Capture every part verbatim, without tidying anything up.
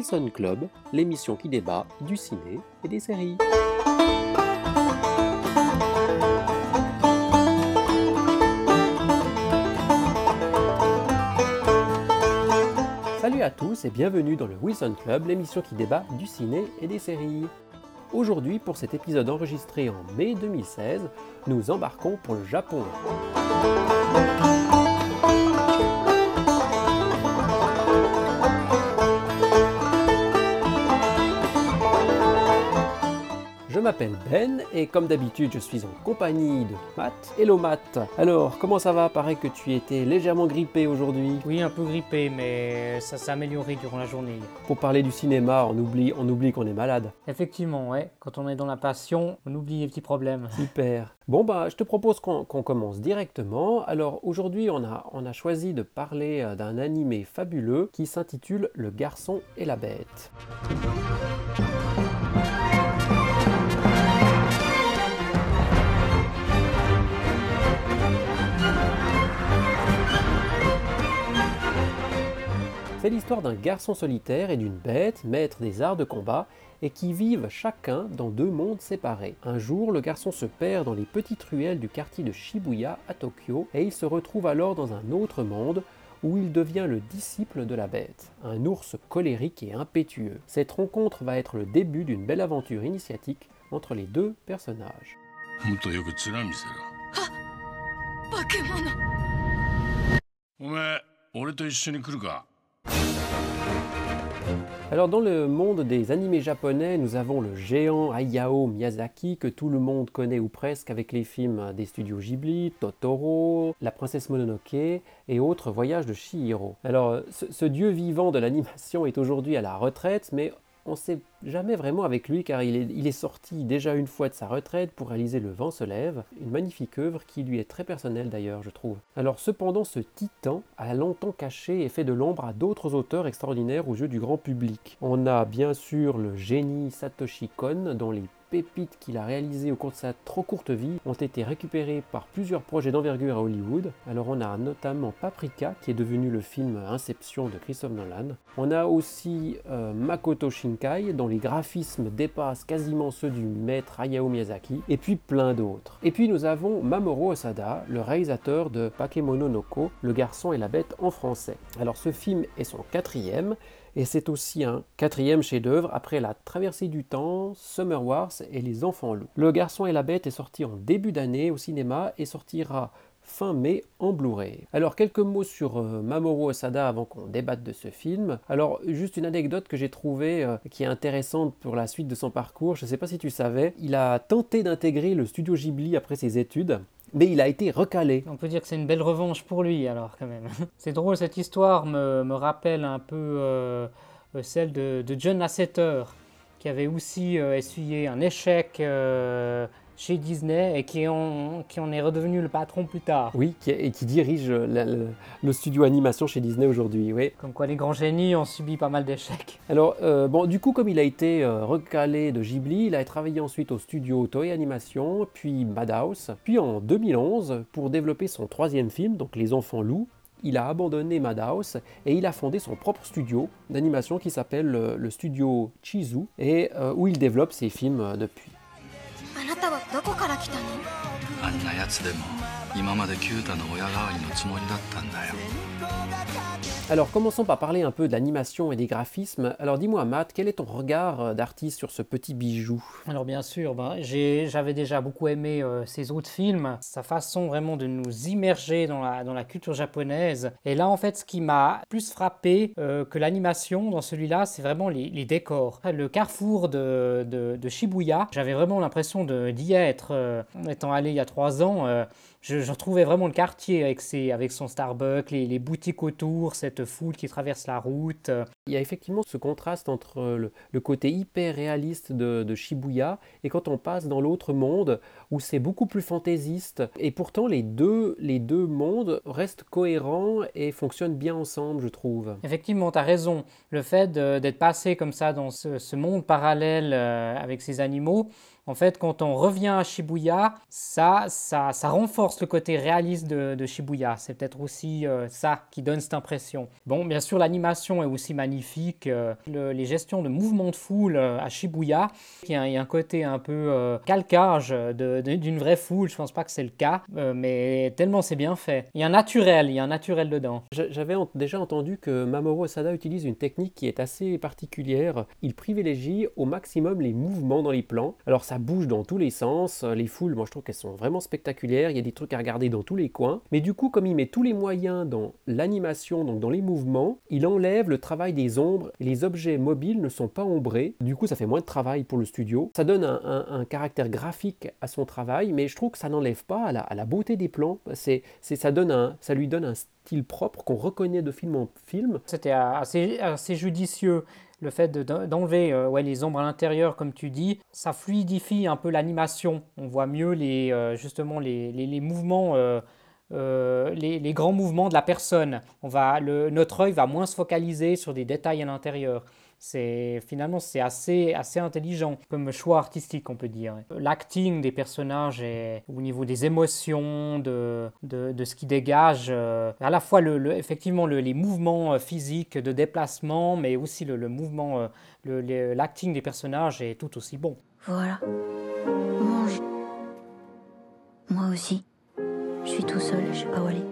Wilson Club, l'émission qui débat du ciné et des séries. Salut à tous et bienvenue dans le Wilson Club, l'émission qui débat du ciné et des séries. Aujourd'hui, pour cet épisode enregistré en mai deux mille seize, nous embarquons pour le Japon. Je m'appelle Ben et comme d'habitude je suis en compagnie de Matt. Hello Matt. Alors comment ça va? Paraît que tu étais légèrement grippé aujourd'hui. Oui, un peu grippé, mais ça s'est amélioré durant la journée. Pour parler du cinéma, on oublie, on oublie qu'on est malade. Effectivement, ouais. Quand on est dans la passion, on oublie les petits problèmes. Super. Bon bah je te propose qu'on, qu'on commence directement. Alors aujourd'hui on a, on a choisi de parler d'un animé fabuleux qui s'intitule Le Garçon et la Bête. C'est l'histoire d'un garçon solitaire et d'une bête, maître des arts de combat, et qui vivent chacun dans deux mondes séparés. Un jour, le garçon se perd dans les petites ruelles du quartier de Shibuya à Tokyo, et il se retrouve alors dans un autre monde, où il devient le disciple de la bête, un ours colérique et impétueux. Cette rencontre va être le début d'une belle aventure initiatique entre les deux personnages. Alors dans le monde des animés japonais, nous avons le géant Hayao Miyazaki que tout le monde connaît ou presque avec les films des studios Ghibli, Totoro, La Princesse Mononoke et autres voyages de Chihiro. Alors ce, ce dieu vivant de l'animation est aujourd'hui à la retraite, mais on ne sait jamais vraiment avec lui car il est, il est sorti déjà une fois de sa retraite pour réaliser Le Vent se lève, une magnifique œuvre qui lui est très personnelle d'ailleurs je trouve. Alors cependant ce titan a longtemps caché et fait de l'ombre à d'autres auteurs extraordinaires aux yeux du grand public. On a bien sûr le génie Satoshi Kon dont les pépites qu'il a réalisées au cours de sa trop courte vie ont été récupérées par plusieurs projets d'envergure à Hollywood. Alors on a notamment Paprika qui est devenu le film Inception de Christopher Nolan. On a aussi euh, Makoto Shinkai dont les graphismes dépassent quasiment ceux du maître Hayao Miyazaki et puis plein d'autres. Et puis nous avons Mamoru Osada, le réalisateur de Bakemono no Ko, Le Garçon et la Bête en français. Alors ce film est son quatrième et c'est aussi un quatrième chef-d'œuvre après La Traversée du Temps, Summer Wars et Les Enfants Loups. Le Garçon et la Bête est sorti en début d'année au cinéma et sortira fin mai en Blu-ray. Alors quelques mots sur euh, Mamoru Osada avant qu'on débatte de ce film. Alors juste une anecdote que j'ai trouvée euh, qui est intéressante pour la suite de son parcours. Je ne sais pas si tu savais, il a tenté d'intégrer le studio Ghibli après ses études. Mais il a été recalé. On peut dire que c'est une belle revanche pour lui alors quand même. C'est drôle, cette histoire me, me rappelle un peu euh, celle de, de John Lasseter qui avait aussi euh, essuyé un échec euh, chez Disney et qui en, qui en est redevenu le patron plus tard. Oui, qui, et qui dirige la, le, le studio animation chez Disney aujourd'hui, oui. Comme quoi les grands génies ont subi pas mal d'échecs. Alors, euh, bon, du coup, comme il a été euh, recalé de Ghibli, il a travaillé ensuite au studio Toei Animation, puis Madhouse. Puis en deux mille onze, pour développer son troisième film, donc Les Enfants Loups, il a abandonné Madhouse et il a fondé son propre studio d'animation qui s'appelle le, le studio Chizu et euh, où il développe ses films euh, depuis. Alors commençons par parler un peu de l'animation et des graphismes. Alors dis-moi Matt, quel est ton regard d'artiste sur ce petit bijou? Alors bien sûr, ben, j'ai, j'avais déjà beaucoup aimé euh, ses autres films, sa façon vraiment de nous immerger dans la, dans la culture japonaise. Et là en fait ce qui m'a plus frappé euh, que l'animation dans celui-là, c'est vraiment les, les décors. Le carrefour de, de, de Shibuya, j'avais vraiment l'impression de, d'y être, euh, étant allé il y a trois ans. Euh, Je, je retrouvais vraiment le quartier avec, ses, avec son Starbucks, les, les boutiques autour, cette foule qui traverse la route. Il y a effectivement ce contraste entre le, le côté hyper réaliste de, de Shibuya et quand on passe dans l'autre monde où c'est beaucoup plus fantaisiste. Et pourtant les deux, les deux mondes restent cohérents et fonctionnent bien ensemble, je trouve. Effectivement, tu as raison. Le fait de, d'être passé comme ça dans ce, ce monde parallèle euh, avec ces animaux, En fait, quand on revient à Shibuya, ça, ça, ça renforce le côté réaliste de, de Shibuya. C'est peut-être aussi euh, ça qui donne cette impression. Bon, bien sûr, l'animation est aussi magnifique. Euh, le, les gestions de mouvements de foule euh, à Shibuya, il y, a, il y a un côté un peu euh, calcage de, de, d'une vraie foule. Je pense pas que c'est le cas, euh, mais tellement c'est bien fait. Il y a un naturel, il y a un naturel dedans. J'avais en- déjà entendu que Mamoru Osada utilise une technique qui est assez particulière. Il privilégie au maximum les mouvements dans les plans. Alors ça bouge dans tous les sens. Les foules, moi je trouve qu'elles sont vraiment spectaculaires. Il y a des trucs à regarder dans tous les coins. Mais du coup, comme il met tous les moyens dans l'animation, donc dans les mouvements, il enlève le travail des ombres. Et les objets mobiles ne sont pas ombrés. Du coup, ça fait moins de travail pour le studio. Ça donne un, un- un caractère graphique à son travail, mais je trouve que ça n'enlève pas à la, à la beauté des plans. C'est, c'est, ça, donne un, ça lui donne un style propre qu'on reconnaît de film en film. C'était assez, assez judicieux. Le fait de, d'enlever euh, ouais, les ombres à l'intérieur, comme tu dis, ça fluidifie un peu l'animation. On voit mieux les, euh, justement les, les, les mouvements, euh, euh, les, les grands mouvements de la personne. On va, le, notre œil va moins se focaliser sur des détails à l'intérieur. C'est, finalement, c'est assez, assez intelligent comme choix artistique, on peut dire. L'acting des personnages est, au niveau des émotions, de, de, de ce qui dégage, euh, à la fois le, le, effectivement le, les mouvements physiques de déplacement, mais aussi le, le mouvement, euh, le, le, l'acting des personnages est tout aussi bon. Voilà. Mange. Moi aussi. Je suis tout seul, je sais pas où aller.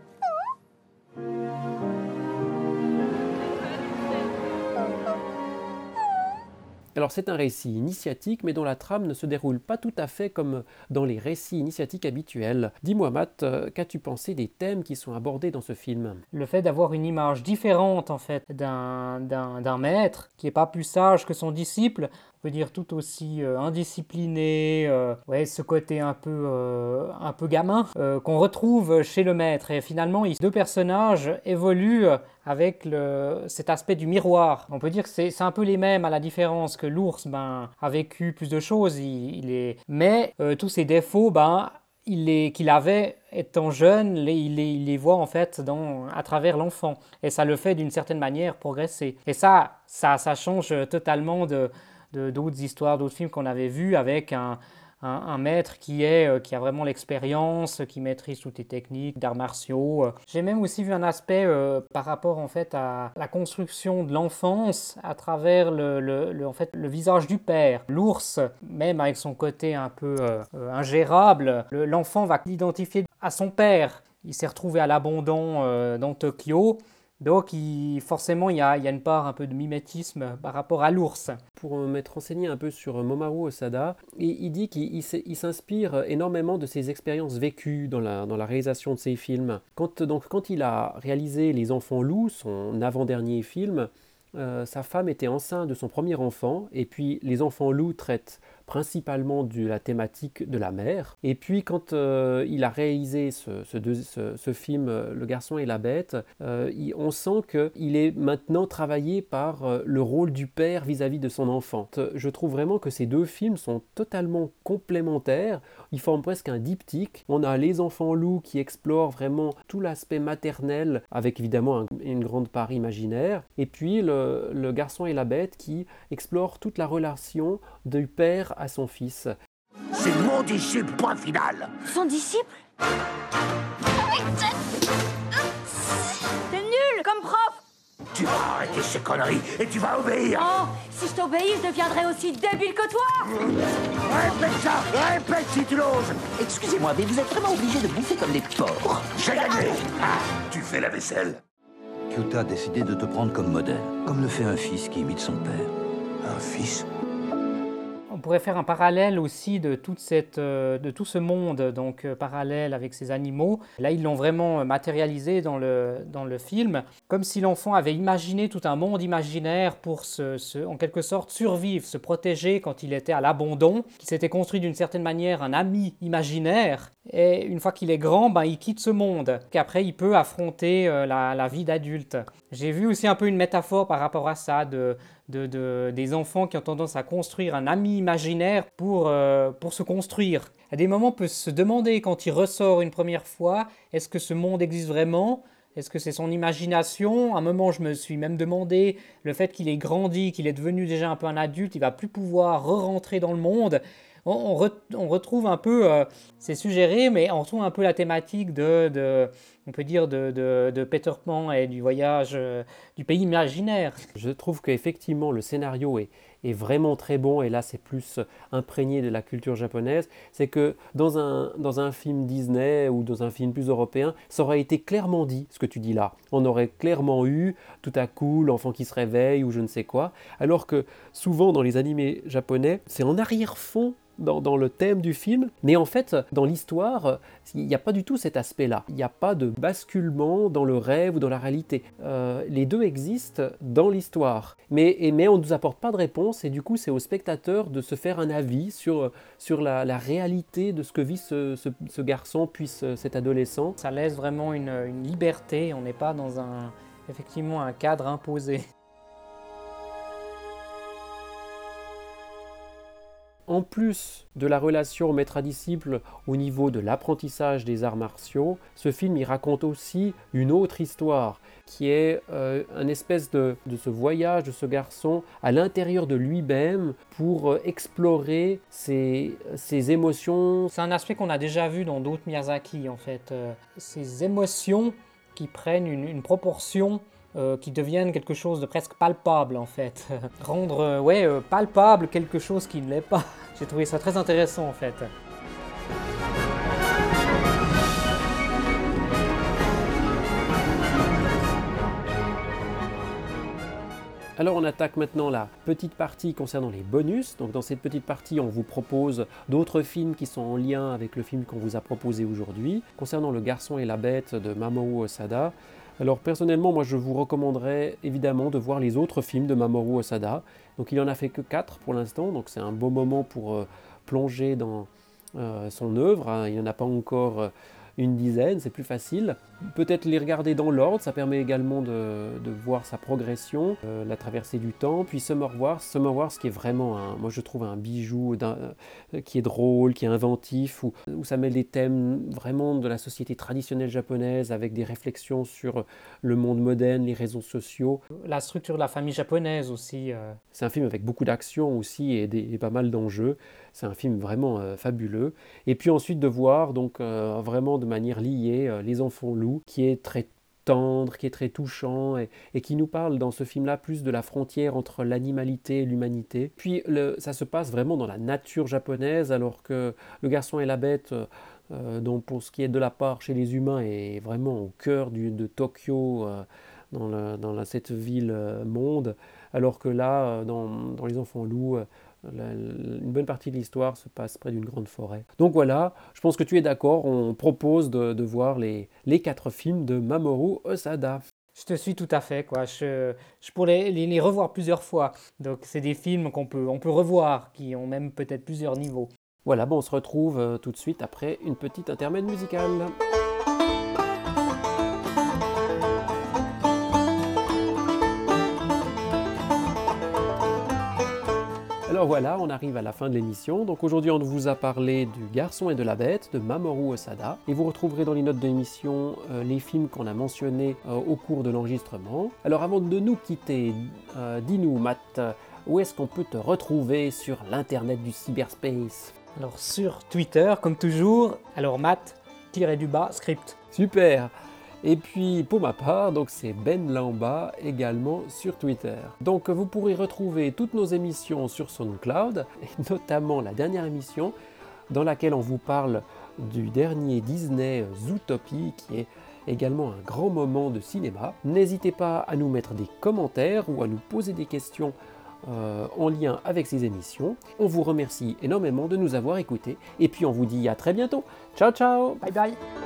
Alors c'est un récit initiatique, mais dont la trame ne se déroule pas tout à fait comme dans les récits initiatiques habituels. Dis-moi Matt, euh, qu'as-tu pensé des thèmes qui sont abordés dans ce film? Le fait d'avoir une image différente en fait d'un, d'un, d'un maître qui n'est pas plus sage que son disciple, on peut dire tout aussi euh, indiscipliné, euh, ouais, ce côté un peu, euh, un peu gamin euh, qu'on retrouve chez le maître. Et finalement, les deux personnages évoluent avec le, cet aspect du miroir. On peut dire que c'est, c'est un peu les mêmes, à la différence que l'ours ben, a vécu plus de choses, il, il est... mais euh, tous ses défauts, ben, il les, qu'il avait étant jeune, les, il, les, il les voit en fait dans, à travers l'enfant. Et ça le fait d'une certaine manière progresser. Et ça, ça, ça change totalement de, de, d'autres histoires, d'autres films qu'on avait vus avec un, un, un maître qui, est, qui a vraiment l'expérience, qui maîtrise toutes les techniques d'arts martiaux. J'ai même aussi vu un aspect euh, par rapport en fait à la construction de l'enfance à travers le, le, le, en fait, le visage du père. L'ours, même avec son côté un peu euh, ingérable, le, l'enfant va l'identifier à son père. Il s'est retrouvé à l'abandon euh, dans Tokyo. Donc il, forcément, il y, a, il y a une part un peu de mimétisme par rapport à l'ours. Pour m'être renseigné un peu sur Mamoru Osada, il, il dit qu'il il, il s'inspire énormément de ses expériences vécues dans la, dans la réalisation de ses films. Quand, donc, quand il a réalisé Les Enfants Loups, son avant-dernier film, euh, sa femme était enceinte de son premier enfant, et puis Les Enfants Loups traitent principalement de la thématique de la mère. Et puis quand euh, il a réalisé ce, ce, deux, ce, ce film euh, Le Garçon et la Bête, euh, il, on sent qu'il est maintenant travaillé par euh, le rôle du père vis-à-vis de son enfant. Je trouve vraiment que ces deux films sont totalement complémentaires. Ils forment presque un diptyque. On a Les Enfants Loups qui explorent vraiment tout l'aspect maternel avec évidemment un, une grande part imaginaire. Et puis le, le Garçon et la Bête qui explore toute la relation du père à son fils. C'est mon disciple, point final. Son disciple? T'es nul comme prof. Tu vas arrêter ces conneries et tu vas obéir. Oh, si je t'obéis, je deviendrai aussi débile que toi. Répète ça, répète si tu l'oses. Excusez-moi, mais vous êtes vraiment obligés de bouffer comme des porcs. J'ai gagné. Ah, tu fais la vaisselle. Kyuta a décidé de te prendre comme modèle, comme le fait un fils qui imite son père. Un fils? On pourrait faire un parallèle aussi de, toute cette, de tout ce monde donc, parallèle avec ces animaux. Là, ils l'ont vraiment matérialisé dans le, dans le film, comme si l'enfant avait imaginé tout un monde imaginaire pour, se, se, en quelque sorte, survivre, se protéger quand il était à l'abandon, qu'il s'était construit d'une certaine manière un ami imaginaire. Et une fois qu'il est grand, ben, il quitte ce monde, qu'après il peut affronter euh, la, la vie d'adulte. J'ai vu aussi un peu une métaphore par rapport à ça, de, de, de, des enfants qui ont tendance à construire un ami imaginaire pour, euh, pour se construire. À des moments, on peut se demander quand il ressort une première fois, est-ce que ce monde existe vraiment ? Est-ce que c'est son imagination ? À un moment, je me suis même demandé, le fait qu'il ait grandi, qu'il est devenu déjà un peu un adulte, il va plus pouvoir re-rentrer dans le monde. on, on, re, on retrouve un peu, euh, c'est suggéré, mais on retrouve un peu la thématique de, de on peut dire, de, de, de Peter Pan et du voyage euh, du pays imaginaire. Je trouve qu'effectivement le scénario est, est vraiment très bon, et là c'est plus imprégné de la culture japonaise. C'est que dans un, dans un film Disney ou dans un film plus européen, ça aurait été clairement dit ce que tu dis là. On aurait clairement eu tout à coup l'enfant qui se réveille ou je ne sais quoi, alors que souvent dans les animés japonais, c'est en arrière-fond Dans, dans le thème du film, mais en fait, dans l'histoire, il n'y a pas du tout cet aspect-là. Il n'y a pas de basculement dans le rêve ou dans la réalité. Euh, les deux existent dans l'histoire, mais, et, mais on ne nous apporte pas de réponse, et du coup, c'est au spectateur de se faire un avis sur, sur la, la réalité de ce que vit ce, ce, ce garçon, puis ce, cet adolescent. Ça laisse vraiment une, une liberté, on n'est pas dans un, effectivement un cadre imposé. En plus de la relation maître à disciple au niveau de l'apprentissage des arts martiaux, ce film il raconte aussi une autre histoire qui est euh, une espèce de, de ce voyage de ce garçon à l'intérieur de lui-même pour euh, explorer ses, ses émotions. C'est un aspect qu'on a déjà vu dans d'autres Miyazaki en fait, euh, ces émotions qui prennent une, une proportion Euh, qui deviennent quelque chose de presque palpable en fait. Rendre euh, ouais, euh, palpable quelque chose qui ne l'est pas. J'ai trouvé ça très intéressant en fait. Alors on attaque maintenant la petite partie concernant les bonus. Donc dans cette petite partie, on vous propose d'autres films qui sont en lien avec le film qu'on vous a proposé aujourd'hui. Concernant Le Garçon et la Bête de Mamoru Osada, alors personnellement, moi je vous recommanderais évidemment de voir les autres films de Mamoru Osada. Donc il en a fait que quatre pour l'instant, donc c'est un beau moment pour euh, plonger dans euh, son œuvre, hein. Il n'y en a pas encore euh, une dizaine, c'est plus facile. Peut-être les regarder dans l'ordre, ça permet également de, de voir sa progression, euh, la traversée du temps. Puis Summer Wars, Summer Wars qui est vraiment, un, moi je trouve un bijou d'un, euh, qui est drôle, qui est inventif, où, où ça mêle des thèmes vraiment de la société traditionnelle japonaise avec des réflexions sur le monde moderne, les réseaux sociaux. La structure de la famille japonaise aussi. Euh... C'est un film avec beaucoup d'action aussi et, des, et pas mal d'enjeux. C'est un film vraiment euh, fabuleux. Et puis ensuite de voir donc euh, vraiment de manière liée euh, Les Enfants Loups, qui est très tendre, qui est très touchant et, et qui nous parle dans ce film-là plus de la frontière entre l'animalité et l'humanité. Puis le, ça se passe vraiment dans la nature japonaise, alors que Le Garçon et la Bête, euh, donc pour ce qui est de la part chez les humains, est vraiment au cœur du, de Tokyo, euh, dans, le, dans la, cette ville euh, monde, alors que là, dans, dans Les Enfants Loups, euh, La, une bonne partie de l'histoire se passe près d'une grande forêt. Donc voilà, je pense que tu es d'accord, on propose de, de voir les, les quatre films de Mamoru Osada. Je te suis tout à fait, quoi. Je, je pourrais les, les revoir plusieurs fois. Donc c'est des films qu'on peut, on peut revoir, qui ont même peut-être plusieurs niveaux. Voilà, bon, on se retrouve euh, tout de suite après une petite intermède musicale. Alors voilà, on arrive à la fin de l'émission. Donc aujourd'hui, on vous a parlé du Garçon et de la Bête de Mamoru Osada. Et vous retrouverez dans les notes de l'émission euh, les films qu'on a mentionnés euh, au cours de l'enregistrement. Alors avant de nous quitter, euh, dis-nous Matt, où est-ce qu'on peut te retrouver sur l'internet du cyberspace? Alors sur Twitter, comme toujours, alors Matt, tiré du bas, script. Super. Et puis pour ma part, donc c'est Ben Lamba également sur Twitter. Donc vous pourrez retrouver toutes nos émissions sur SoundCloud, et notamment la dernière émission dans laquelle on vous parle du dernier Disney Zootopie, qui est également un grand moment de cinéma. N'hésitez pas à nous mettre des commentaires ou à nous poser des questions euh, en lien avec ces émissions. On vous remercie énormément de nous avoir écoutés et puis on vous dit à très bientôt. Ciao ciao. Bye bye.